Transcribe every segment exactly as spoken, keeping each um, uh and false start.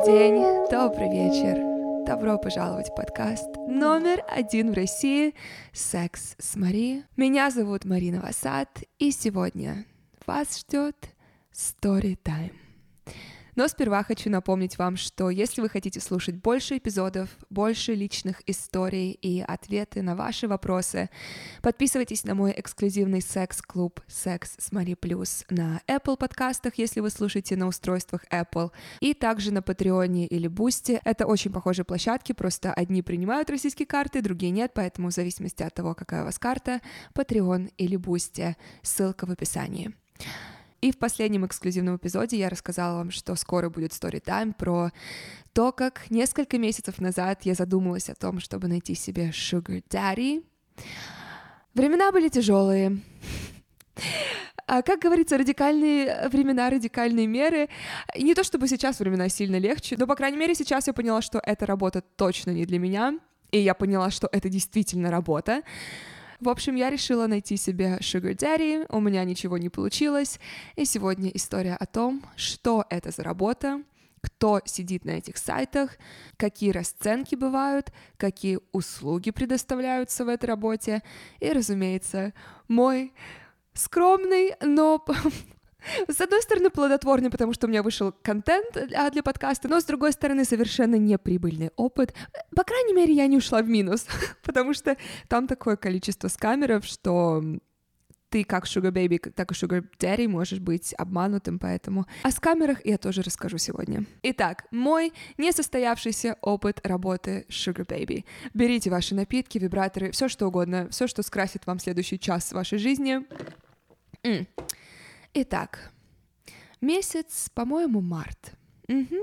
день, добрый вечер. Добро пожаловать в подкаст номер один в России «Секс с Мари». Меня зовут Марина Васад, и сегодня вас ждет Story Time. Но сперва хочу напомнить вам, что если вы хотите слушать больше эпизодов, больше личных историй и ответы на ваши вопросы, подписывайтесь на мой эксклюзивный секс-клуб «Секс с Мари Плюс» на Apple подкастах, если вы слушаете на устройствах Apple, и также на Патреоне или Бусти. Это очень похожие площадки, просто одни принимают российские карты, другие нет, поэтому в зависимости от того, какая у вас карта, Patreon или Бусти, ссылка в описании. И в последнем эксклюзивном эпизоде я рассказала вам, что скоро будет storytime про то, как несколько месяцев назад я задумалась о том, чтобы найти себе sugar daddy. Времена были тяжелые. А как говорится, радикальные времена, радикальные меры. И не то чтобы сейчас времена сильно легче, но, по крайней мере, сейчас я поняла, что эта работа точно не для меня, и я поняла, что это действительно работа. В общем, я решила найти себе sugar daddy, у меня ничего не получилось, и сегодня история о том, что это за работа, кто сидит на этих сайтах, какие расценки бывают, какие услуги предоставляются в этой работе, и, разумеется, мой скромный, но... С одной стороны, плодотворный, потому что у меня вышел контент для подкаста, но с другой стороны, совершенно неприбыльный опыт. По крайней мере, я не ушла в минус, потому что там такое количество скамеров, что ты как sugar baby, так и sugar daddy можешь быть обманутым, поэтому о скамерах я тоже расскажу сегодня. Итак, мой несостоявшийся опыт работы sugar baby. Берите ваши напитки, вибраторы, все что угодно, все, что скрасит вам следующий час вашей жизни. М. Итак, месяц, по-моему, март. Угу.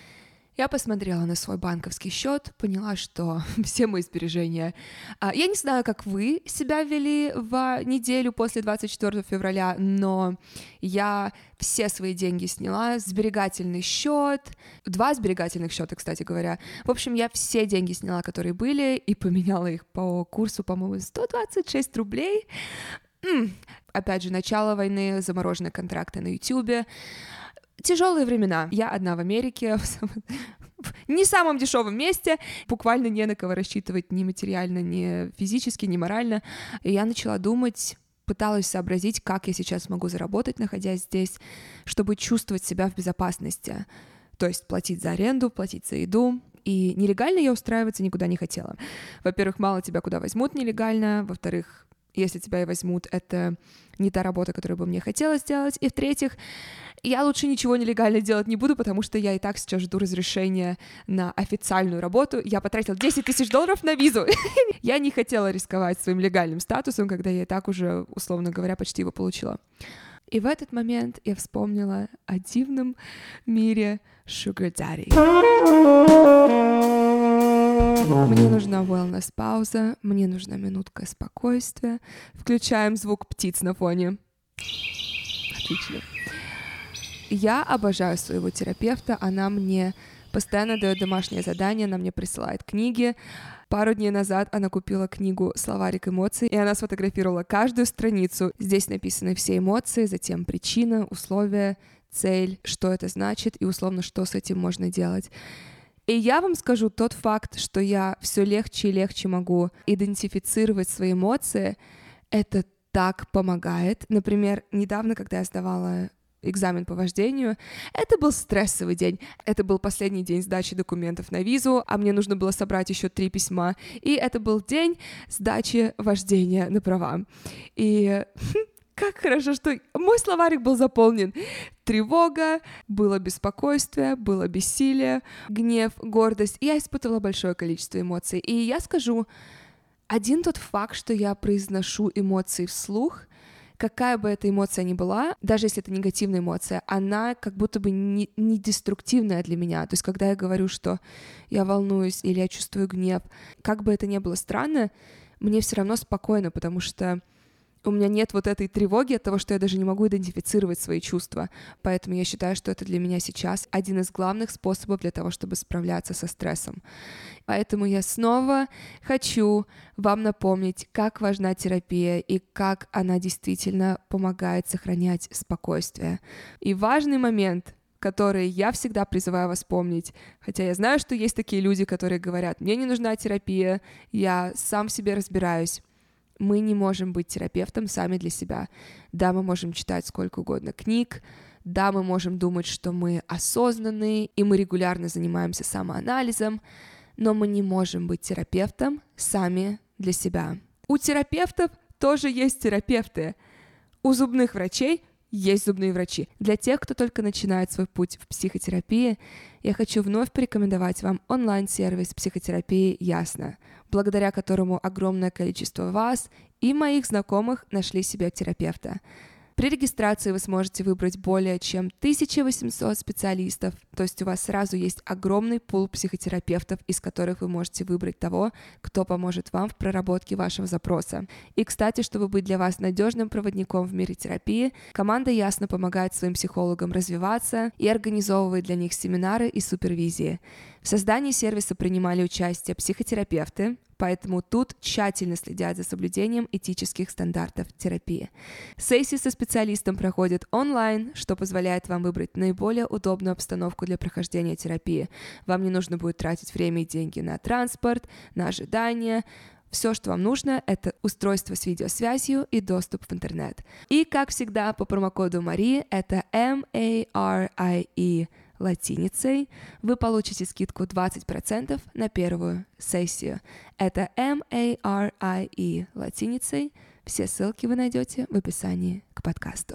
Я посмотрела на свой банковский счет, поняла, что все мои сбережения... Я не знаю, как вы себя вели в неделю после двадцать четвёртого февраля, но я все свои деньги сняла, сберегательный счет, два сберегательных счета, кстати говоря. В общем, я все деньги сняла, которые были, и поменяла их по курсу, по-моему, сто двадцать шесть рублей. М-м. Опять же, начало войны, замороженные контракты на Ютубе. Тяжелые времена. Я одна в Америке, в не самом дешевом месте, буквально не на кого рассчитывать ни материально, ни физически, ни морально. И я начала думать, пыталась сообразить, как я сейчас могу заработать, находясь здесь, чтобы чувствовать себя в безопасности. То есть платить за аренду, платить за еду. И нелегально я устраиваться никуда не хотела. Во-первых, мало тебя куда возьмут нелегально. Во-вторых, если тебя и возьмут, это не та работа, которую бы мне хотелось сделать. И в-третьих, я лучше ничего нелегально делать не буду, потому что я и так сейчас жду разрешения на официальную работу. Я потратила десять тысяч долларов на визу. Я не хотела рисковать своим легальным статусом, когда я и так уже, условно говоря, почти его получила. И в этот момент я вспомнила о дивном мире sugar daddy. Мне нужна wellness-пауза, мне нужна минутка спокойствия. Включаем звук птиц на фоне. Отлично. Я обожаю своего терапевта, она мне постоянно дает домашнее задание, она мне присылает книги. Пару дней назад она купила книгу «Словарик эмоций», и она сфотографировала каждую страницу. Здесь написаны все эмоции, затем причина, условия, цель, что это значит и условно, что с этим можно делать. И я вам скажу, тот факт, что я все легче и легче могу идентифицировать свои эмоции, это так помогает. Например, недавно, когда я сдавала экзамен по вождению, это был стрессовый день. Это был последний день сдачи документов на визу, а мне нужно было собрать еще три письма. И это был день сдачи вождения на права. И... Как хорошо, что мой словарик был заполнен. Тревога, было беспокойство, было бессилие, гнев, гордость. Я испытывала большое количество эмоций. И я скажу, один тот факт, что я произношу эмоции вслух, какая бы эта эмоция ни была, даже если это негативная эмоция, она как будто бы не, не деструктивная для меня. То есть когда я говорю, что я волнуюсь или я чувствую гнев, как бы это ни было странно, мне все равно спокойно, потому что у меня нет вот этой тревоги от того, что я даже не могу идентифицировать свои чувства. Поэтому я считаю, что это для меня сейчас один из главных способов для того, чтобы справляться со стрессом. Поэтому я снова хочу вам напомнить, как важна терапия и как она действительно помогает сохранять спокойствие. И важный момент, которые я всегда призываю вас помнить. Хотя я знаю, что есть такие люди, которые говорят: мне не нужна терапия, я сам в себе разбираюсь. Мы не можем быть терапевтом сами для себя. Да, мы можем читать сколько угодно книг, да, мы можем думать, что мы осознанные, и мы регулярно занимаемся самоанализом, но мы не можем быть терапевтом сами для себя. У терапевтов тоже есть терапевты. У зубных врачей есть зубные врачи. Для тех, кто только начинает свой путь в психотерапии, я хочу вновь порекомендовать вам онлайн-сервис психотерапии «Ясно», благодаря которому огромное количество вас и моих знакомых нашли себе терапевта. При регистрации вы сможете выбрать более чем тысяча восемьсот специалистов, то есть у вас сразу есть огромный пул психотерапевтов, из которых вы можете выбрать того, кто поможет вам в проработке вашего запроса. И, кстати, чтобы быть для вас надежным проводником в мире терапии, команда «Ясно» помогает своим психологам развиваться и организовывает для них семинары и супервизии. В создании сервиса принимали участие психотерапевты, поэтому тут тщательно следят за соблюдением этических стандартов терапии. Сессии со специалистом проходят онлайн, что позволяет вам выбрать наиболее удобную обстановку для прохождения терапии. Вам не нужно будет тратить время и деньги на транспорт, на ожидание. Все, что вам нужно, это устройство с видеосвязью и доступ в интернет. И, как всегда, по промокоду Марии, это эм эй ар ай и латиницей, вы получите скидку двадцать процентов на первую сессию. Это эм эй ар ай и латиницей. Все ссылки вы найдете в описании к подкасту.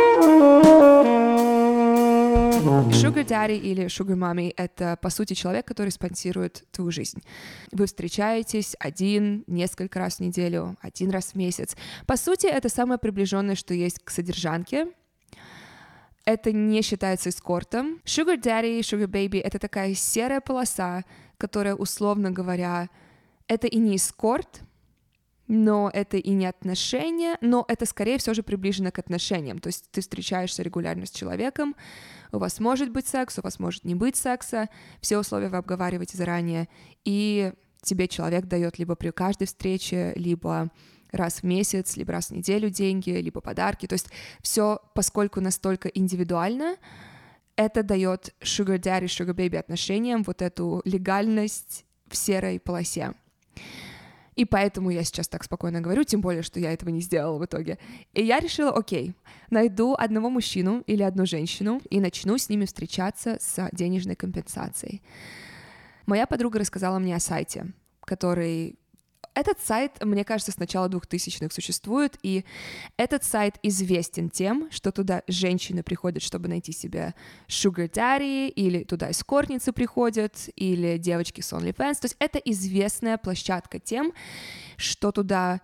Sugar Daddy или Sugar Mommy — это, по сути, человек, который спонсирует твою жизнь. Вы встречаетесь один, несколько раз в неделю, один раз в месяц. По сути, это самое приближенное, что есть к содержанке. Это не считается эскортом. Sugar Daddy, Sugar Baby — это такая серая полоса, которая, условно говоря, это и не эскорт, но это и не отношения, но это скорее все же приближено к отношениям. То есть ты встречаешься регулярно с человеком, у вас может быть секс, у вас может не быть секса, все условия вы обговариваете заранее, и тебе человек дает либо при каждой встрече, либо раз в месяц, либо раз в неделю деньги, либо подарки. То есть все, поскольку настолько индивидуально, это дает Sugar Daddy, Sugar Baby отношениям вот эту легальность в серой полосе. И поэтому я сейчас так спокойно говорю, тем более, что я этого не сделала в итоге. И я решила, окей, найду одного мужчину или одну женщину и начну с ними встречаться с денежной компенсацией. Моя подруга рассказала мне о сайте, который... Этот сайт, мне кажется, с начала двухтысячных существует, и этот сайт известен тем, что туда женщины приходят, чтобы найти себе sugar daddy, или туда эскортницы приходят, или девочки с OnlyFans. То есть это известная площадка тем, что туда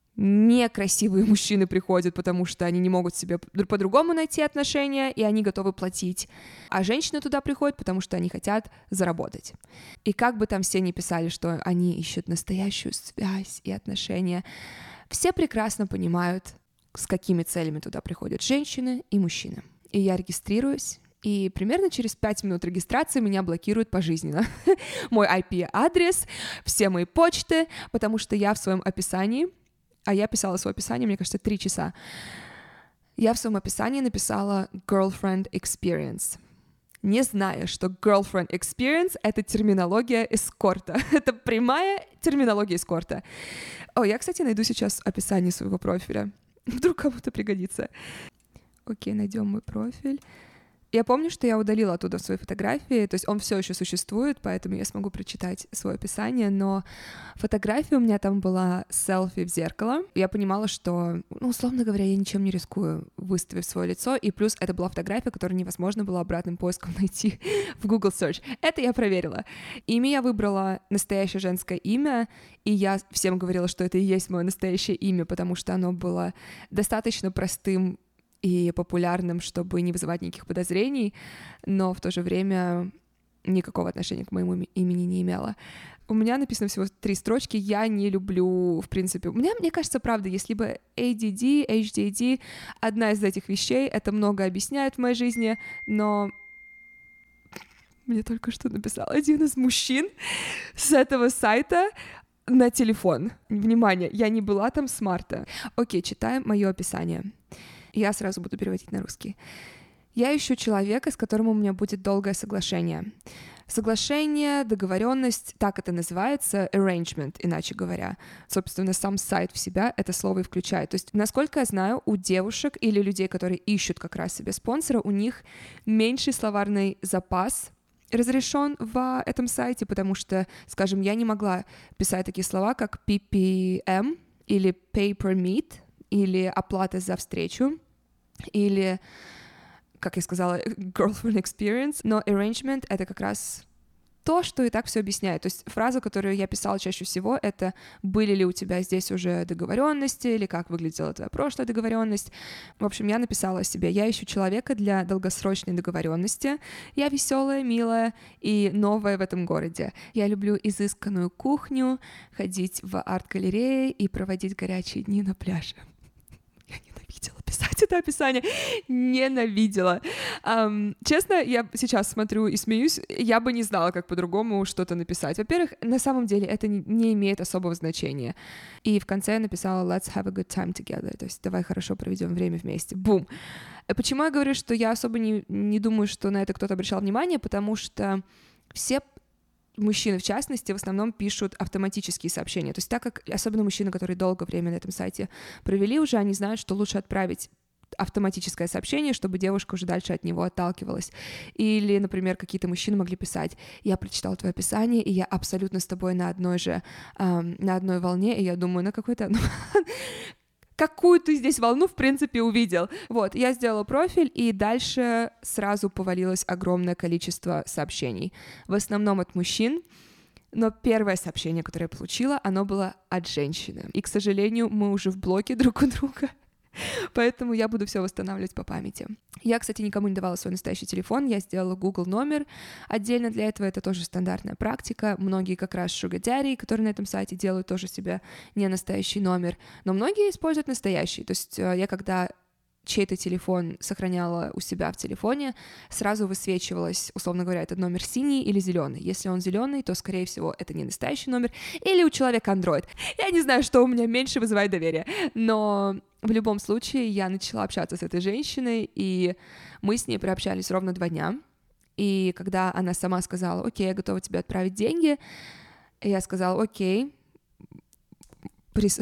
некрасивые мужчины приходят, потому что они не могут себе по-другому найти отношения, и они готовы платить. А женщины туда приходят, потому что они хотят заработать. И как бы там все ни писали, что они ищут настоящую связь и отношения, все прекрасно понимают, с какими целями туда приходят женщины и мужчины. И я регистрируюсь, и примерно через пять минут регистрации меня блокируют пожизненно. Мой ай пи-адрес, все мои почты, потому что я в своем описании... А я писала свое описание, мне кажется, три часа. Я в своем описании написала girlfriend experience, не зная, что girlfriend experience — это терминология эскорта. Это прямая терминология эскорта. О, я, кстати, найду сейчас описание своего профиля. Вдруг кому-то пригодится. Окей, найдем мой профиль. Я помню, что я удалила оттуда свои фотографии, то есть он все еще существует, поэтому я смогу прочитать свое описание, но фотография у меня там была селфи в зеркало. Я понимала, что, ну, условно говоря, я ничем не рискую, выставив свое лицо, и плюс это была фотография, которую невозможно было обратным поиском найти в Google Search. Это я проверила. Имя я выбрала настоящее женское имя, и я всем говорила, что это и есть мое настоящее имя, потому что оно было достаточно простым и популярным, чтобы не вызывать никаких подозрений, но в то же время никакого отношения к моему имени не имело. У меня написано всего три строчки. Я не люблю, в принципе... У меня, мне кажется, правда, если бы эй ди ди, эйч ди ди, одна из этих вещей, это много объясняет в моей жизни, но... Мне только что написал один из мужчин с этого сайта на телефон. Внимание, я не была там с марта. Окей, читаем мое описание. Я сразу буду переводить на русский. Я ищу человека, с которым у меня будет долгое соглашение. Соглашение, договоренность, так это называется, arrangement, иначе говоря. Собственно, сам сайт в себя это слово и включает. То есть, насколько я знаю, у девушек или людей, которые ищут как раз себе спонсора, у них меньший словарный запас разрешен в этом сайте, потому что, скажем, я не могла писать такие слова, как пи пи эм или pay per meet, или оплата за встречу, или, как я сказала, girlfriend experience, но arrangement — это как раз то, что и так все объясняет. То есть фраза, которую я писала чаще всего, это «были ли у тебя здесь уже договоренности» или «как выглядела твоя прошлая договоренность». В общем, я написала о себе: я ищу человека для долгосрочной договоренности, я веселая, милая и новая в этом городе. Я люблю изысканную кухню, ходить в арт-галереи и проводить горячие дни на пляже. Я ненавидела писать это описание, ненавидела. Um, честно, я сейчас смотрю и смеюсь, я бы не знала, как по-другому что-то написать. Во-первых, на самом деле это не, не имеет особого значения. И в конце я написала «Let's have a good time together», то есть «давай хорошо проведем время вместе». Бум! Почему я говорю, что я особо не, не думаю, что на это кто-то обращал внимание? Потому что все мужчины, в частности, в основном пишут автоматические сообщения. То есть так как, особенно мужчины, которые долгое время на этом сайте провели уже, они знают, что лучше отправить автоматическое сообщение, чтобы девушка уже дальше от него отталкивалась. Или, например, какие-то мужчины могли писать: «Я прочитал твое описание, и я абсолютно с тобой на одной же, эм, на одной волне», и я думаю, на какой-то... какую ты здесь волну, в принципе, увидел. Вот, я сделала профиль, и дальше сразу повалилось огромное количество сообщений. В основном от мужчин, но первое сообщение, которое я получила, оно было от женщины. И, к сожалению, мы уже в блоке друг у друга, поэтому я буду все восстанавливать по памяти. Я, кстати, никому не давала свой настоящий телефон, я сделала Google номер отдельно для этого, это тоже стандартная практика. Многие как раз sugar daddy, которые на этом сайте делают тоже себе не настоящий номер, но многие используют настоящий. То есть я когда чей-то телефон сохраняла у себя в телефоне, сразу высвечивалось, условно говоря, этот номер синий или зеленый. Если он зеленый, то, скорее всего, это не настоящий номер, или у человека Android. Я не знаю, что у меня меньше вызывает доверие, но в любом случае я начала общаться с этой женщиной, и мы с ней прообщались ровно два дня. И когда она сама сказала: «Окей, я готова тебе отправить деньги», я сказала: «Окей, прис...»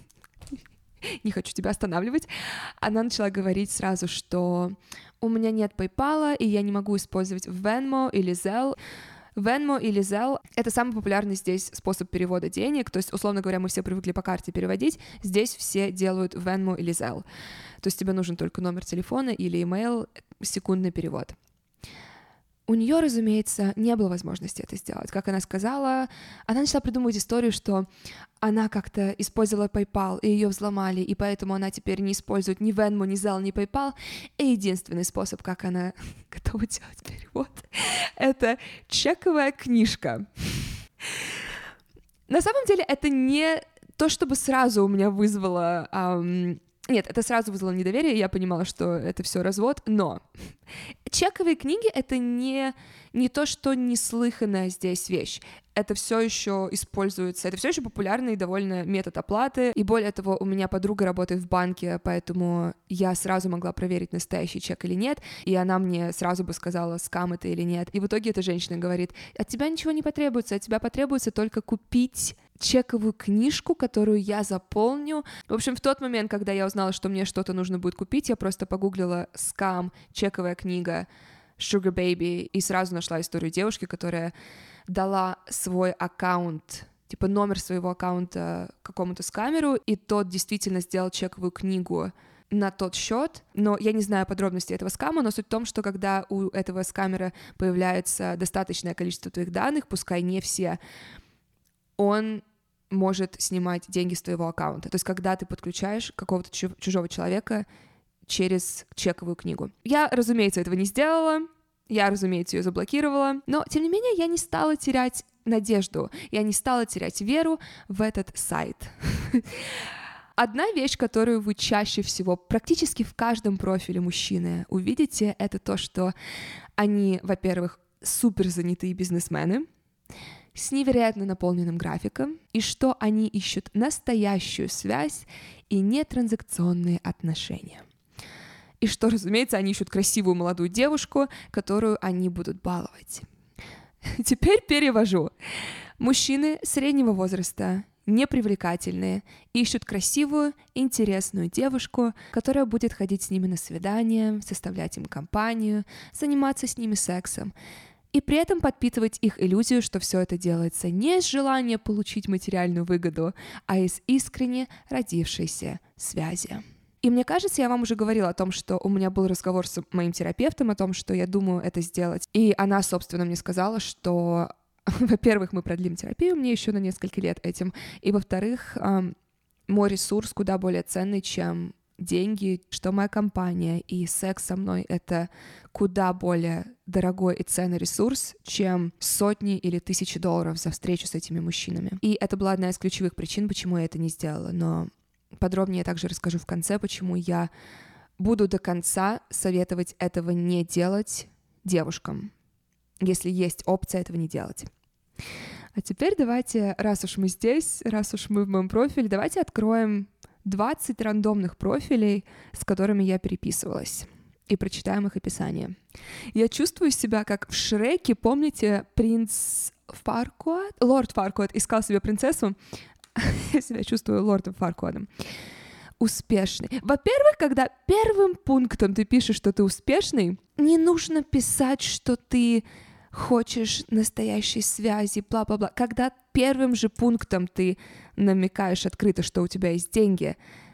не хочу тебя останавливать. Она начала говорить сразу, что у меня нет PayPal, и я не могу использовать Venmo или Zelle. Venmo или Zelle — это самый популярный здесь способ перевода денег, то есть, условно говоря, мы все привыкли по карте переводить, здесь все делают Venmo или Zelle. То есть тебе нужен только номер телефона или email, секундный перевод. У нее, разумеется, не было возможности это сделать. Как она сказала, она начала придумывать историю, что она как-то использовала PayPal, и ее взломали, и поэтому она теперь не использует ни Venmo, ни Zelle, ни PayPal. И единственный способ, как она готова делать перевод, это чековая книжка. На самом деле это не то, чтобы сразу у меня вызвало... Ам... Нет, это сразу вызвало недоверие, я понимала, что это все развод, но чековые книги — это не, не то, что неслыханная здесь вещь. Это все еще используется, это все еще популярный довольно метод оплаты, и более того, у меня подруга работает в банке, поэтому я сразу могла проверить, настоящий чек или нет, и она мне сразу бы сказала, скам это или нет. И в итоге эта женщина говорит: от тебя ничего не потребуется, от тебя потребуется только купить чековую книжку, которую я заполню. В общем, в тот момент, когда я узнала, что мне что-то нужно будет купить, я просто погуглила «скам», чековая книга, Sugar Baby, и сразу нашла историю девушки, которая дала свой аккаунт, типа номер своего аккаунта какому-то скамеру, и тот действительно сделал чековую книгу на тот счет, но я не знаю подробностей этого скама, но суть в том, что когда у этого скамера появляется достаточное количество твоих данных, пускай не все, он может снимать деньги с твоего аккаунта. То есть когда ты подключаешь какого-то чужого человека через чековую книгу. Я, разумеется, этого не сделала, я, разумеется, ее заблокировала, но, тем не менее, я не стала терять надежду, я не стала терять веру в этот сайт. Одна вещь, которую вы чаще всего практически в каждом профиле мужчины увидите, это то, что они, во-первых, супер занятые бизнесмены, с невероятно наполненным графиком, и что они ищут настоящую связь и нетранзакционные отношения. и что, разумеется, они ищут красивую молодую девушку, которую они будут баловать. Теперь перевожу. Мужчины среднего возраста, непривлекательные, ищут красивую, интересную девушку, которая будет ходить с ними на свидания, составлять им компанию, заниматься с ними сексом, и при этом подпитывать их иллюзию, что все это делается не из желания получить материальную выгоду, а из искренне родившейся связи. И мне кажется, я вам уже говорила о том, что у меня был разговор с моим терапевтом о том, что я думаю это сделать. И она, собственно, мне сказала, что, во-первых, мы продлим терапию мне еще на несколько лет этим, и, во-вторых, мой ресурс куда более ценный, чем деньги, что моя компания и секс со мной — это куда более дорогой и ценный ресурс, чем сотни или тысячи долларов за встречу с этими мужчинами. И это была одна из ключевых причин, почему я это не сделала, но подробнее я также расскажу в конце, почему я буду до конца советовать этого не делать девушкам, если есть опция этого не делать. А теперь давайте, раз уж мы здесь, раз уж мы в моем профиле, давайте откроем двадцать рандомных профилей, с которыми я переписывалась, и прочитаем их описание. Я чувствую себя как в Шреке, помните, принц Фаркуад? Лорд Фаркуад искал себе принцессу. Я себя чувствую лордом Фаркуадом. Успешный. Во-первых, когда первым пунктом ты пишешь, что ты успешный, не нужно писать, что ты хочешь настоящей связи, бла-бла-бла. Когда первым же пунктом ты намекаешь открыто, что у тебя есть деньги,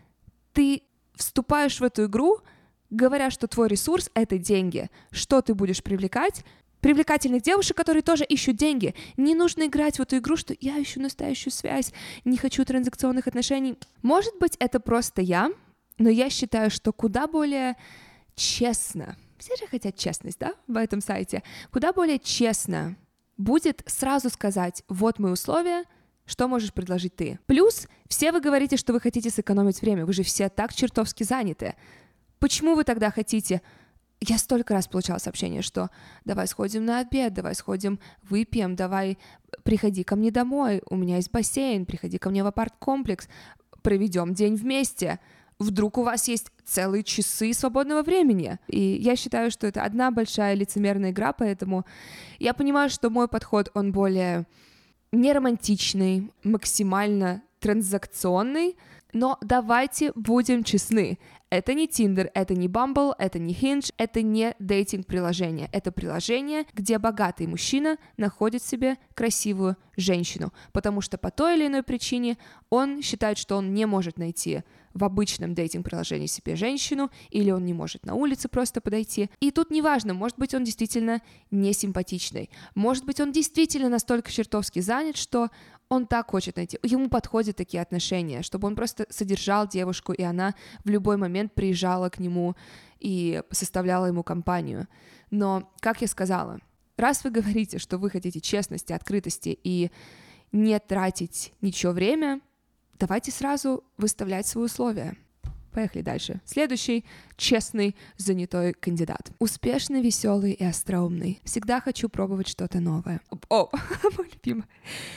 ты вступаешь в эту игру, говоря, что твой ресурс — это деньги. Что ты будешь привлекать? Привлекательных девушек, которые тоже ищут деньги. Не нужно играть в эту игру, что я ищу настоящую связь, не хочу транзакционных отношений. Может быть, это просто я, но я считаю, что куда более честно, все же хотят честность, да, в этом сайте, куда более честно будет сразу сказать: вот мои условия, что можешь предложить ты. Плюс все вы говорите, что вы хотите сэкономить время, вы же все так чертовски заняты. Почему вы тогда хотите... Я столько раз получала сообщение, что давай сходим на обед, давай сходим выпьем, давай приходи ко мне домой, у меня есть бассейн, приходи ко мне в апарт-комплекс, проведем день вместе. Вдруг у вас есть целые часы свободного времени. И я считаю, что это одна большая лицемерная игра, поэтому я понимаю, что мой подход, он более неромантичный, максимально транзакционный, но давайте будем честны. Это не Tinder, это не Bumble, это не Hinge, это не дейтинг-приложение. Это приложение, где богатый мужчина находит себе красивую женщину, потому что по той или иной причине он считает, что он не может найти в обычном дейтинг-приложении себе женщину, или он не может на улице просто подойти. И тут неважно, может быть, он действительно не симпатичный, может быть, он действительно настолько чертовски занят, что он так хочет найти, ему подходят такие отношения, чтобы он просто содержал девушку, и она в любой момент приезжала к нему и составляла ему компанию. Но, как я сказала, раз вы говорите, что вы хотите честности, открытости и не тратить ничего время, давайте сразу выставлять свои условия. Поехали дальше. Следующий честный, занятой кандидат. Успешный, веселый и остроумный. Всегда хочу пробовать что-то новое. О, мой любимый.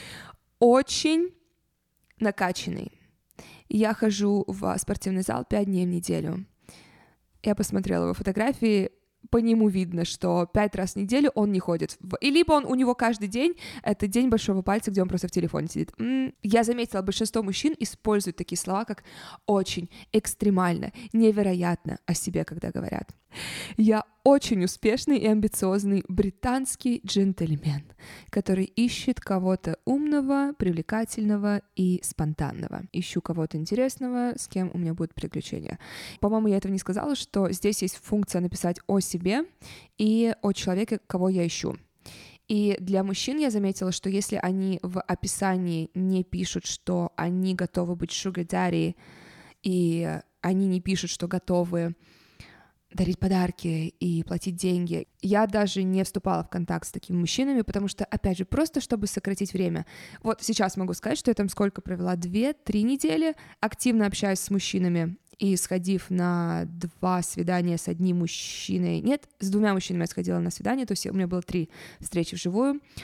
Очень накачанный. Я хожу в спортивный зал пять дней в неделю. Я посмотрела его фотографии, по нему видно, что пять раз в неделю он не ходит. В... И либо он у него каждый день, это день большого пальца, где он просто в телефоне сидит. М-м, я заметила, большинство мужчин используют такие слова, как «очень», «экстремально», «невероятно» о себе, когда говорят. Я очень успешный и амбициозный британский джентльмен, который ищет кого-то умного, привлекательного и спонтанного. Ищу кого-то интересного, с кем у меня будут приключения. По-моему, я этого не сказала, что здесь есть функция написать о себе и о человеке, кого я ищу. И для мужчин я заметила, что если они в описании не пишут, что они готовы быть sugar daddy, и они не пишут, что готовы дарить подарки и платить деньги. Я даже не вступала в контакт с такими мужчинами, потому что, опять же, просто чтобы сократить время. Вот сейчас могу сказать, что я там сколько провела? Две-три недели, активно общаюсь с мужчинами, и сходив на два свидания с одним мужчиной, нет, с двумя мужчинами я сходила на свидание, то есть у меня было три встречи вживую,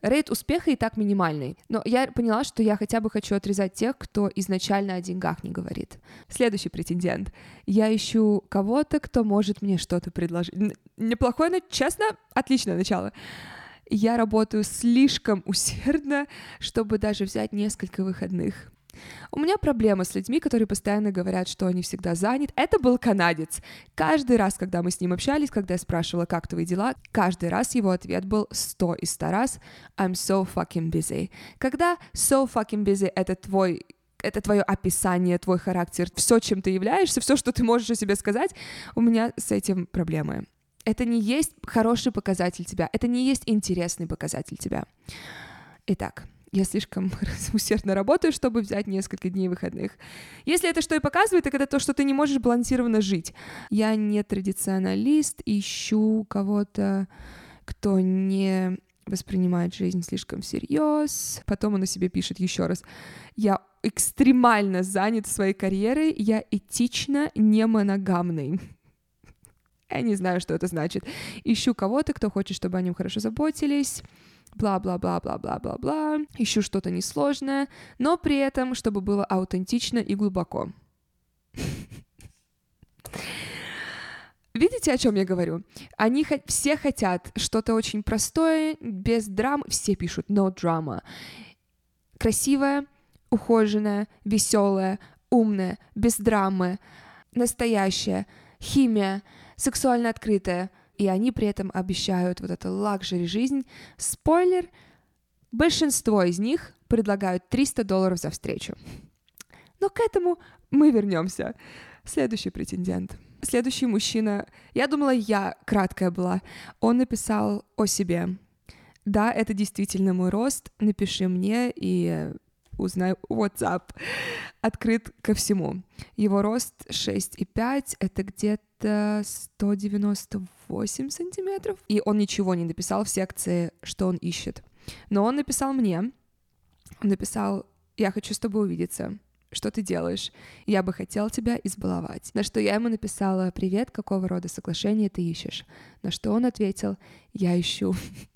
Рейт успеха и так минимальный. Но я поняла, что я хотя бы хочу отрезать тех, кто изначально о деньгах не говорит. Следующий претендент. Я ищу кого-то, кто может мне что-то предложить. Неплохое, но, честно, отличное начало. Я работаю слишком усердно, чтобы даже взять несколько выходных. У меня проблема с людьми, которые постоянно говорят, что они всегда заняты. Это был канадец. Каждый раз, когда мы с ним общались, когда я спрашивала, как твои дела, каждый раз его ответ был сто из ста раз I'm so fucking busy. Когда so fucking busy — это твой это твое описание, твой характер, все, чем ты являешься, все, что ты можешь о себе сказать, у меня с этим проблемы. Это не есть хороший показатель тебя, это не есть интересный показатель тебя. Итак, я слишком усердно работаю, чтобы взять несколько дней выходных. Если это что и показывает, так это то, что ты не можешь балансированно жить. Я не традиционалист, ищу кого-то, кто не воспринимает жизнь слишком всерьез. Потом он о себе пишет еще раз. Я экстремально занят своей карьерой, я этично не моногамный. Я не знаю, что это значит. Ищу кого-то, кто хочет, чтобы о нем хорошо заботились. Бла-бла-бла-бла-бла-бла-бла. Ищу что-то несложное, но при этом, чтобы было аутентично и глубоко. Видите, о чем я говорю? Они х- все хотят что-то очень простое, без драм. Все пишут no drama. Красивое, ухоженное, веселое, умное, без драмы, настоящее, химия, сексуально открытая. И они при этом обещают вот эту лакжери жизнь. Спойлер, большинство из них предлагают триста долларов за встречу. Но к этому мы вернемся. Следующий претендент. Следующий мужчина. Я думала, я краткая была. Он написал о себе. Да, это действительно мой рост. Напиши мне и узнай WhatsApp. Открыт ко всему. Его рост шесть и пять. Это где-то сто девяносто восемь сантиметров. И он ничего не написал в секции, что он ищет. Но он написал мне. Он написал: я хочу с тобой увидеться. Что ты делаешь? Я бы хотел тебя избаловать. На что я ему написала: привет, какого рода соглашение ты ищешь? На что он ответил: я ищу...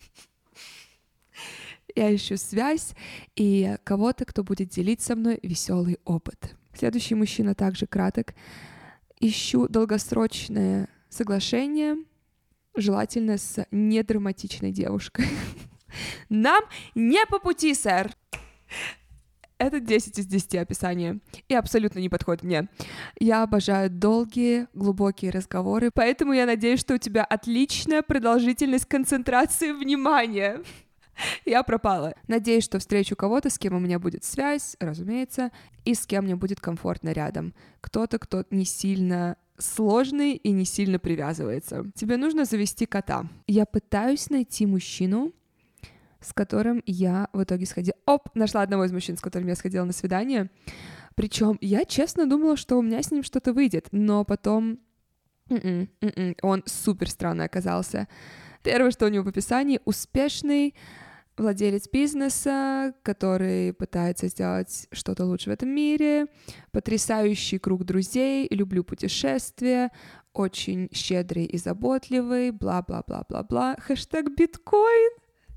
Я ищу связь и кого-то, кто будет делить со мной веселый опыт. Следующий мужчина также краток. Ищу долгосрочное соглашение, желательно с недраматичной девушкой. Нам не по пути, сэр! Это десять из десяти описания. И абсолютно не подходит мне. Я обожаю долгие, глубокие разговоры, поэтому я надеюсь, что у тебя отличная продолжительность концентрации внимания. Я пропала. Надеюсь, что встречу кого-то, с кем у меня будет связь, разумеется, и с кем мне будет комфортно рядом. Кто-то, кто не сильно сложный и не сильно привязывается. Тебе нужно завести кота. Я пытаюсь найти мужчину, с которым я в итоге сходила... Оп, нашла одного из мужчин, с которым я сходила на свидание. Причем я честно думала, что у меня с ним что-то выйдет, но потом... Mm-mm, mm-mm, он супер странный оказался. Первое, что у него в описании: успешный владелец бизнеса, который пытается сделать что-то лучше в этом мире, потрясающий круг друзей, люблю путешествия, очень щедрый и заботливый, бла-бла-бла-бла-бла, хэштег биткоин.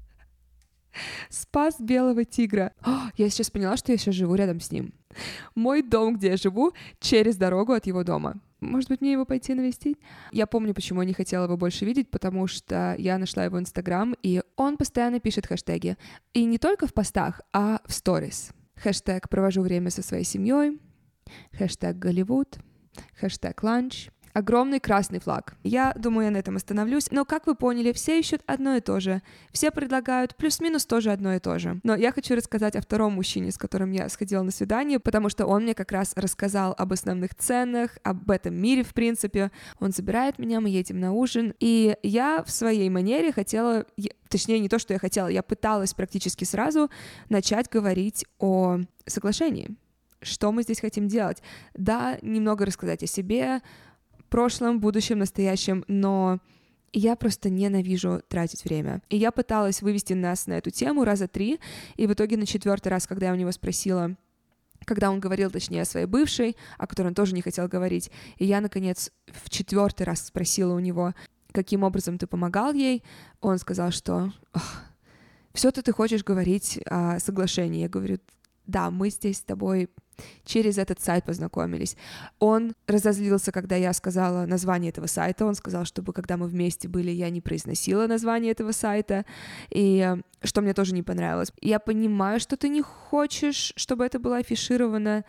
Спас белого тигра. О, я сейчас поняла, что я сейчас живу рядом с ним. Мой дом, где я живу, через дорогу от его дома. Может быть, мне его пойти навестить? Я помню, почему я не хотела его больше видеть, потому что я нашла его Инстаграм, и он постоянно пишет хэштеги. И не только в постах, а в сторис. Хэштег «провожу время со своей семьей», хэштег «Голливуд», хэштег «Ланч». Огромный красный флаг. Я думаю, я на этом остановлюсь, но, как вы поняли, все ищут одно и то же. Все предлагают плюс-минус тоже одно и то же. Но я хочу рассказать о втором мужчине, с которым я сходила на свидание, потому что он мне как раз рассказал об основных ценах, об этом мире, в принципе. Он забирает меня, мы едем на ужин, и я в своей манере хотела, точнее, не то, что я хотела, я пыталась практически сразу начать говорить о соглашении. Что мы здесь хотим делать? Да, немного рассказать о себе, прошлом, будущем, настоящем, но я просто ненавижу тратить время. И я пыталась вывести нас на эту тему раза три, и в итоге на четвертый раз, когда я у него спросила, когда он говорил, точнее, о своей бывшей, о которой он тоже не хотел говорить, и я, наконец, в четвертый раз спросила у него, каким образом ты помогал ей, он сказал, что все-то ты хочешь говорить о соглашении. Я говорю, да, мы здесь с тобой через этот сайт познакомились. Он разозлился, когда я сказала название этого сайта. Он сказал, чтобы когда мы вместе были, я не произносила название этого сайта, и что мне тоже не понравилось. Я понимаю, что ты не хочешь, чтобы это было афишировано,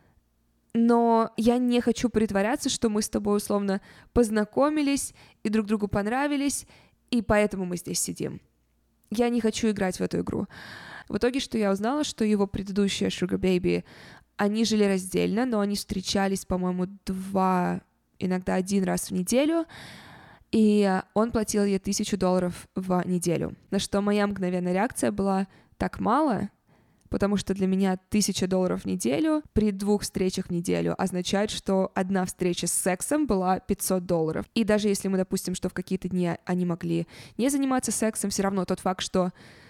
но я не хочу притворяться, что мы с тобой условно познакомились и друг другу понравились, и поэтому мы здесь сидим. Я не хочу играть в эту игру. В итоге, что я узнала, что его предыдущая Sugar Baby, они жили раздельно, но они встречались, по-моему, два, иногда один раз в неделю, и он платил ей тысячу долларов в неделю. На что моя мгновенная реакция была так мало, потому что для меня тысяча долларов в неделю при двух встречах в неделю означает, что одна встреча с сексом была пятьсот долларов. И даже если мы допустим, что в какие-то дни они могли не заниматься сексом, все равно тот факт, что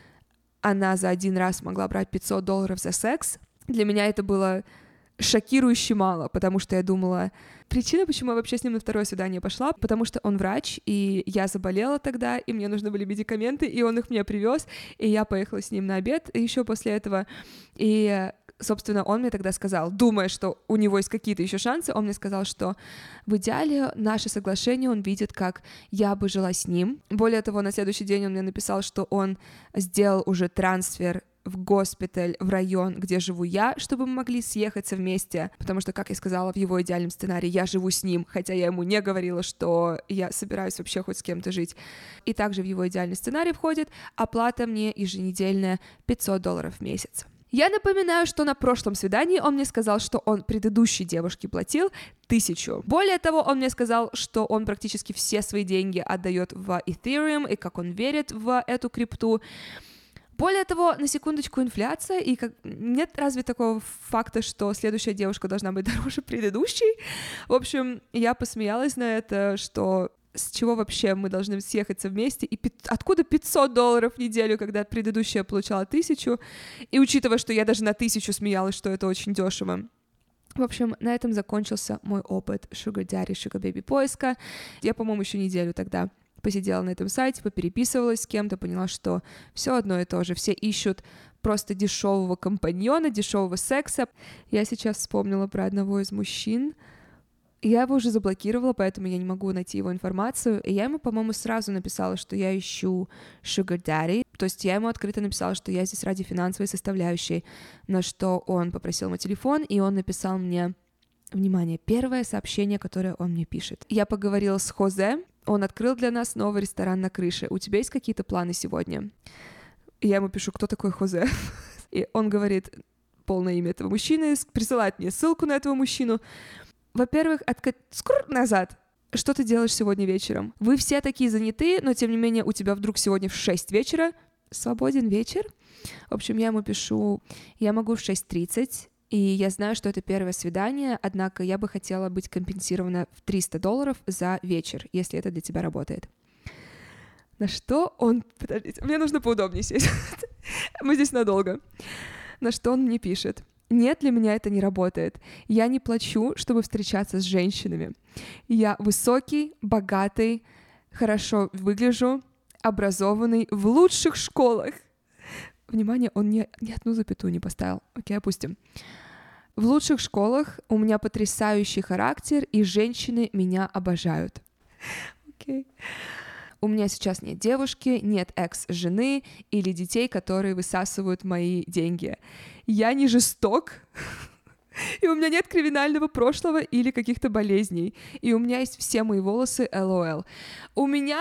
она за один раз могла брать пятьсот долларов за секс, для меня это было шокирующе мало, потому что я думала, причина, почему я вообще с ним на второе свидание пошла, потому что он врач, и я заболела тогда, и мне нужны были медикаменты, и он их мне привез, и я поехала с ним на обед еще после этого, и, собственно, он мне тогда сказал, думая, что у него есть какие-то еще шансы, он мне сказал, что в идеале наше соглашение он видит, как я бы жила с ним. Более того, на следующий день он мне написал, что он сделал уже трансфер в госпиталь, в район, где живу я, чтобы мы могли съехаться вместе, потому что, как я сказала, в его идеальном сценарии я живу с ним, хотя я ему не говорила, что я собираюсь вообще хоть с кем-то жить. И также в его идеальный сценарий входит оплата мне еженедельная пятьсот долларов в месяц. Я напоминаю, что на прошлом свидании он мне сказал, что он предыдущей девушке платил тысячу. Более того, он мне сказал, что он практически все свои деньги отдает в Ethereum, и как он верит в эту крипту. Более того, на секундочку, инфляция, и как... нет разве такого факта, что следующая девушка должна быть дороже предыдущей? В общем, я посмеялась на это, что с чего вообще мы должны съехаться вместе, и пи... откуда пятьсот долларов в неделю, когда предыдущая получала тысячу, и учитывая, что я даже на тысячу смеялась, что это очень дешево. В общем, на этом закончился мой опыт Sugar Daddy, Sugar Baby поиска. Я, по-моему, еще неделю тогда посидела на этом сайте, попереписывалась с кем-то, поняла, что все одно и то же. Все ищут просто дешевого компаньона, дешевого секса. Я сейчас вспомнила про одного из мужчин. Я его уже заблокировала, поэтому я не могу найти его информацию. И я ему, по-моему, сразу написала, что я ищу Sugar Daddy. То есть я ему открыто написала, что я здесь ради финансовой составляющей. На что он попросил мой телефон, и он написал мне... Внимание, первое сообщение, которое он мне пишет. Я поговорила с Хозе. Он открыл для нас новый ресторан на крыше. У тебя есть какие-то планы сегодня? И я ему пишу, кто такой Хозе? И он говорит полное имя этого мужчины, присылает мне ссылку на этого мужчину. Во-первых, откат... скур назад. Что ты делаешь сегодня вечером? Вы все такие заняты, но тем не менее у тебя вдруг сегодня в шесть вечера свободен вечер. В общем, я ему пишу, я могу в шесть тридцать. И я знаю, что это первое свидание, однако я бы хотела быть компенсирована в триста долларов за вечер, если это для тебя работает. На что он... Подождите, мне нужно поудобнее сесть. Мы здесь надолго. На что он мне пишет. Нет, для меня это не работает. Я не плачу, чтобы встречаться с женщинами. Я высокий, богатый, хорошо выгляжу, образованный, в лучших школах. Внимание, он ни, ни одну запятую не поставил. Окей, опустим. В лучших школах у меня потрясающий характер, и женщины меня обожают. Окей. У меня сейчас нет девушки, нет экс-жены или детей, которые высасывают мои деньги. Я не жесток, и у меня нет криминального прошлого или каких-то болезней. И у меня есть все мои волосы эл о эл. У меня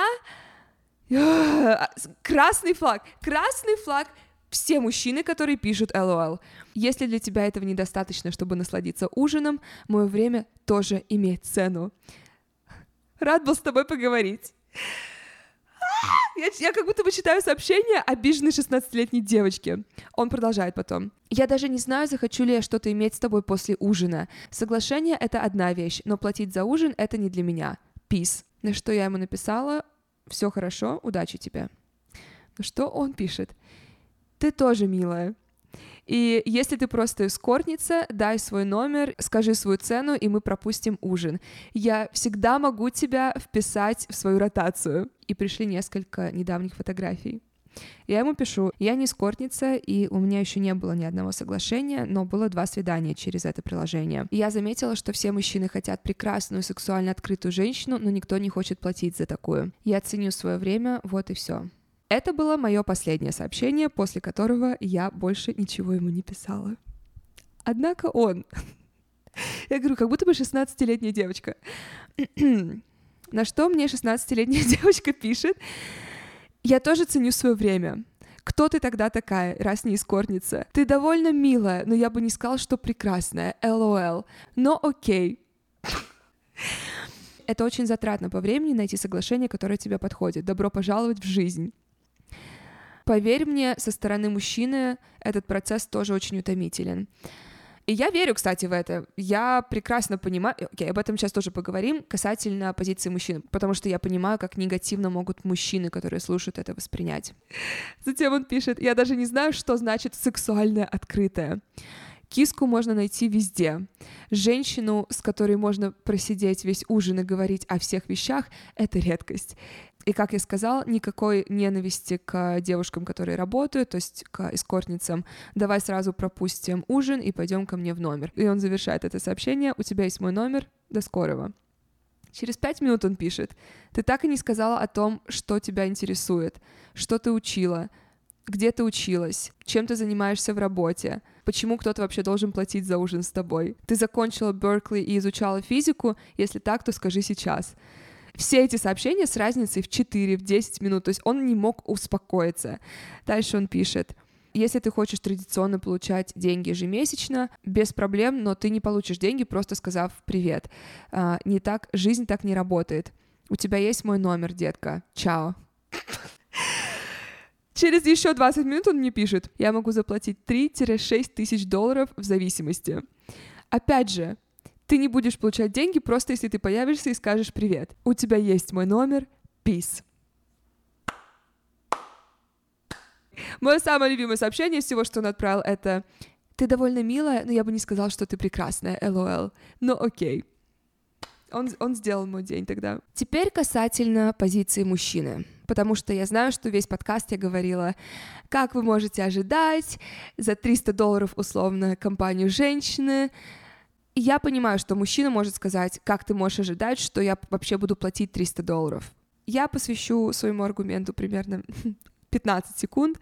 красный флаг. Красный флаг. Все мужчины, которые пишут эл о эл. Если для тебя этого недостаточно, чтобы насладиться ужином, мое время тоже имеет цену. Рад был с тобой поговорить. Я, я как будто бы читаю сообщение обиженной шестнадцатилетней девочки. Он продолжает потом. Я даже не знаю, захочу ли я что-то иметь с тобой после ужина. Соглашение — это одна вещь, но платить за ужин — это не для меня. Peace. На что я ему написала: все хорошо, удачи тебе. На что он пишет: ты тоже милая. И если ты просто эскортница, дай свой номер, скажи свою цену, и мы пропустим ужин. Я всегда могу тебя вписать в свою ротацию. И пришли несколько недавних фотографий. Я ему пишу: я не эскортница, и у меня еще не было ни одного соглашения, но было два свидания через это приложение. И я заметила, что все мужчины хотят прекрасную, сексуально открытую женщину, но никто не хочет платить за такую. Я ценю свое время, вот и все. Это было мое последнее сообщение, после которого я больше ничего ему не писала. Однако он... Я говорю, как будто бы шестнадцатилетняя девочка. На что мне шестнадцатилетняя девочка пишет: я тоже ценю свое время. Кто ты тогда такая, раз не эскортница? Ты довольно милая, но я бы не сказала, что прекрасная. ЛОЛ. Но окей. Это очень затратно по времени найти соглашение, которое тебе подходит. Добро пожаловать в жизнь. Поверь мне, со стороны мужчины этот процесс тоже очень утомителен. И я верю, кстати, в это. Я прекрасно понимаю... Окей, об этом сейчас тоже поговорим, касательно позиции мужчин, потому что я понимаю, как негативно могут мужчины, которые слушают это, воспринять. Затем он пишет: я даже не знаю, что значит сексуальное открытое. Киску можно найти везде. Женщину, с которой можно просидеть весь ужин и говорить о всех вещах, это редкость. И, как я сказала, никакой ненависти к девушкам, которые работают, то есть к эскортницам. Давай сразу пропустим ужин и пойдем ко мне в номер. И он завершает это сообщение: у тебя есть мой номер, до скорого. Через пять минут он пишет: ты так и не сказала о том, что тебя интересует, что ты учила, где ты училась, чем ты занимаешься в работе, почему кто-то вообще должен платить за ужин с тобой. Ты закончила Беркли и изучала физику? Если так, то скажи сейчас. Все эти сообщения с разницей в четыре-десять минут, то есть он не мог успокоиться. Дальше он пишет: если ты хочешь традиционно получать деньги ежемесячно, без проблем, но ты не получишь деньги, просто сказав привет. А, не так, жизнь так не работает. У тебя есть мой номер, детка. Чао. Через еще двадцать минут он мне пишет: я могу заплатить три-шесть тысяч долларов в зависимости. Опять же, ты не будешь получать деньги, просто если ты появишься и скажешь привет. У тебя есть мой номер. Peace. Мое самое любимое сообщение из всего, что он отправил, это: ты довольно милая, но я бы не сказал, что ты прекрасная. ЛОЛ. Но окей. Он, он сделал мой день тогда. Теперь касательно позиции мужчины. Потому что я знаю, что весь подкаст я говорила, как вы можете ожидать за триста долларов условно компанию женщины. И я понимаю, что мужчина может сказать: как ты можешь ожидать, что я вообще буду платить триста долларов. Я посвящу своему аргументу примерно пятнадцать секунд.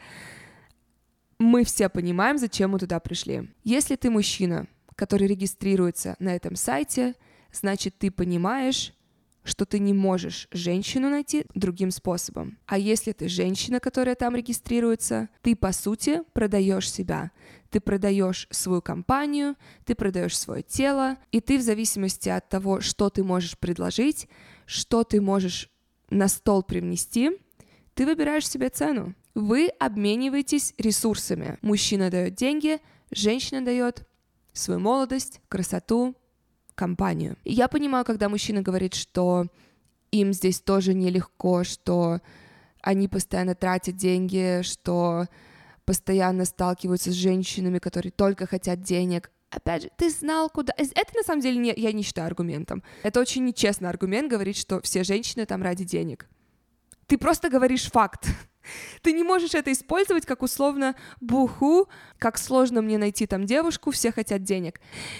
Мы все понимаем, зачем мы туда пришли. Если ты мужчина, который регистрируется на этом сайте, значит, ты понимаешь, что ты не можешь женщину найти другим способом. А если ты женщина, которая там регистрируется, ты, по сути, продаешь себя. Ты продаешь свою компанию, ты продаешь свое тело, и ты в зависимости от того, что ты можешь предложить, что ты можешь на стол привнести, ты выбираешь себе цену. Вы обмениваетесь ресурсами. Мужчина дает деньги, женщина дает свою молодость, красоту, компанию. И я понимаю, когда мужчина говорит, что им здесь тоже нелегко, что они постоянно тратят деньги, что постоянно сталкиваются с женщинами, которые только хотят денег. Опять же, ты знал, куда... Это, на самом деле, не... я не считаю аргументом. Это очень нечестный аргумент говорить, что все женщины там ради денег. Ты просто говоришь факт. Ты не можешь это использовать как условно буху, как сложно мне найти там девушку, все хотят денег.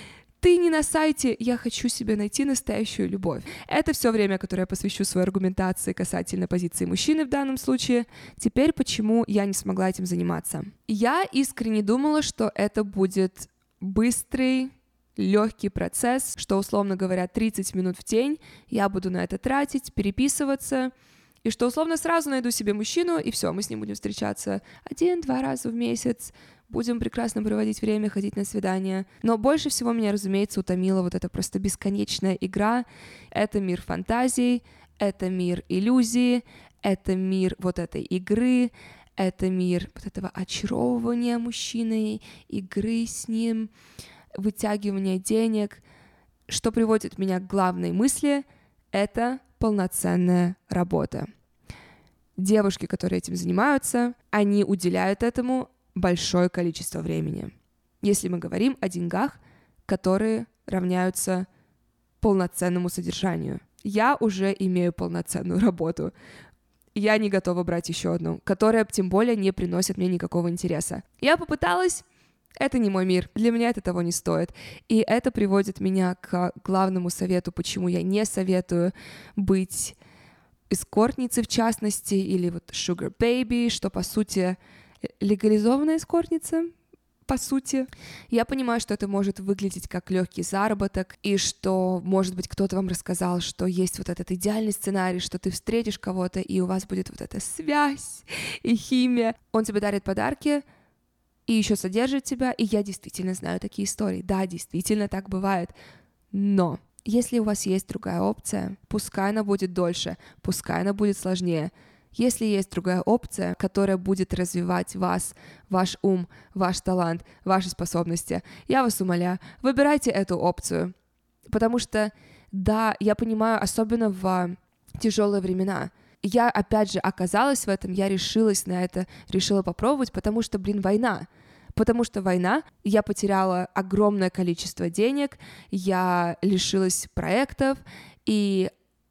Ты не на сайте «я хочу себе найти настоящую любовь». Это все время, которое я посвящу своей аргументации касательно позиции мужчины в данном случае. Теперь почему я не смогла этим заниматься. Я искренне думала, что это будет быстрый, легкий процесс, что, условно говоря, тридцать минут в день я буду на это тратить, переписываться, и что, условно, сразу найду себе мужчину, и все, мы с ним будем встречаться один-два раза в месяц, будем прекрасно проводить время, ходить на свидания. Но больше всего меня, разумеется, утомила вот эта просто бесконечная игра. Это мир фантазий, это мир иллюзии, это мир вот этой игры, это мир вот этого очаровывания мужчиной, игры с ним, вытягивания денег. Что приводит меня к главной мысли — это полноценная работа. Девушки, которые этим занимаются, они уделяют этому большое количество времени. Если мы говорим о деньгах, которые равняются полноценному содержанию. Я уже имею полноценную работу. я не готова брать еще одну, которая тем более не приносит мне никакого интереса. Я попыталась, это не мой мир, для меня это того не стоит. И это приводит меня к главному совету, почему я не советую быть эскортницей в частности, или вот sugar baby, что по сути легализованная эскортница, по сути. Я понимаю, что это может выглядеть как легкий заработок, и что, может быть, кто-то вам рассказал, что есть вот этот идеальный сценарий, что ты встретишь кого-то, и у вас будет вот эта связь и химия. Он тебе дарит подарки, и еще содержит тебя, и я действительно знаю такие истории. Да, действительно так бывает. Но если у вас есть другая опция, пускай она будет дольше, пускай она будет сложнее. Если есть другая опция, которая будет развивать вас, ваш ум, ваш талант, ваши способности, я вас умоляю, выбирайте эту опцию. Потому что, да, я понимаю, особенно в тяжелые времена, я, опять же, оказалась в этом, я решилась на это, решила попробовать, потому что, блин, война. Потому что война, я потеряла огромное количество денег, я лишилась проектов, и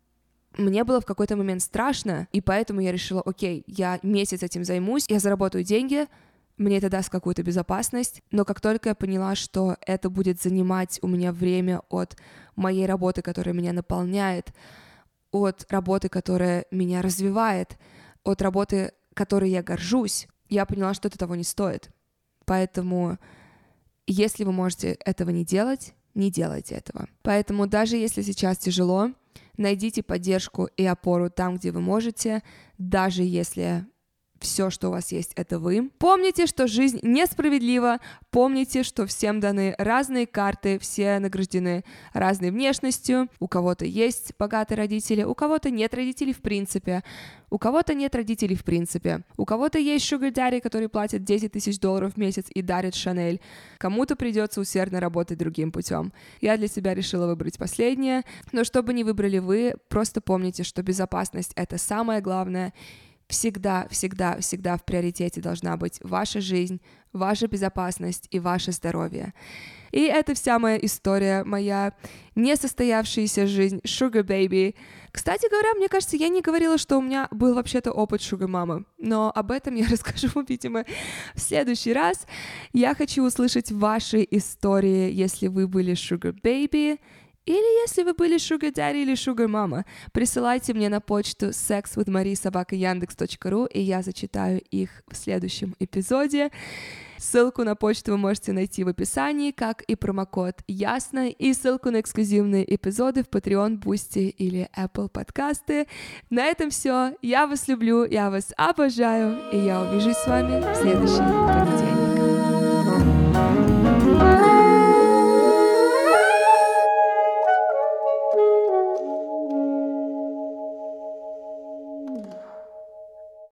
мне было в какой-то момент страшно, и поэтому я решила, окей, я месяц этим займусь, я заработаю деньги, мне это даст какую-то безопасность, но как только я поняла, что это будет занимать у меня время от моей работы, которая меня наполняет, от работы, которая меня развивает, от работы, которой я горжусь, я поняла, что это того не стоит. Поэтому, если вы можете этого не делать, не делайте этого. Поэтому даже если сейчас тяжело, найдите поддержку и опору там, где вы можете, даже если все, что у вас есть, это вы. Помните, что жизнь несправедлива, помните, что всем даны разные карты, все награждены разной внешностью, у кого-то есть богатые родители, у кого-то нет родителей в принципе, у кого-то нет родителей в принципе, у кого-то есть sugar daddy, который платит десять тысяч долларов в месяц и дарит Шанель, кому-то придется усердно работать другим путем. Я для себя решила выбрать последнее, но что бы ни выбрали вы, просто помните, что безопасность — это самое главное. Всегда, всегда, всегда в приоритете должна быть ваша жизнь, ваша безопасность и ваше здоровье. И это вся моя история, моя несостоявшаяся жизнь sugar baby. Кстати говоря, мне кажется, я не говорила, что у меня был вообще-то опыт sugar мамы, но об этом я расскажу, видимо, в следующий раз. Я хочу услышать ваши истории, если вы были sugar baby, или если вы были sugar daddy или sugar mama, присылайте мне на почту секс вит мари собака яндекс точка ру, и я зачитаю их в следующем эпизоде. Ссылку на почту вы можете найти в описании, как и промокод «Ясно», и ссылку на эксклюзивные эпизоды в Patreon, Boosty или Apple подкасты. На этом все. Я вас люблю, я вас обожаю, и я увижусь с вами в следующий понедельник.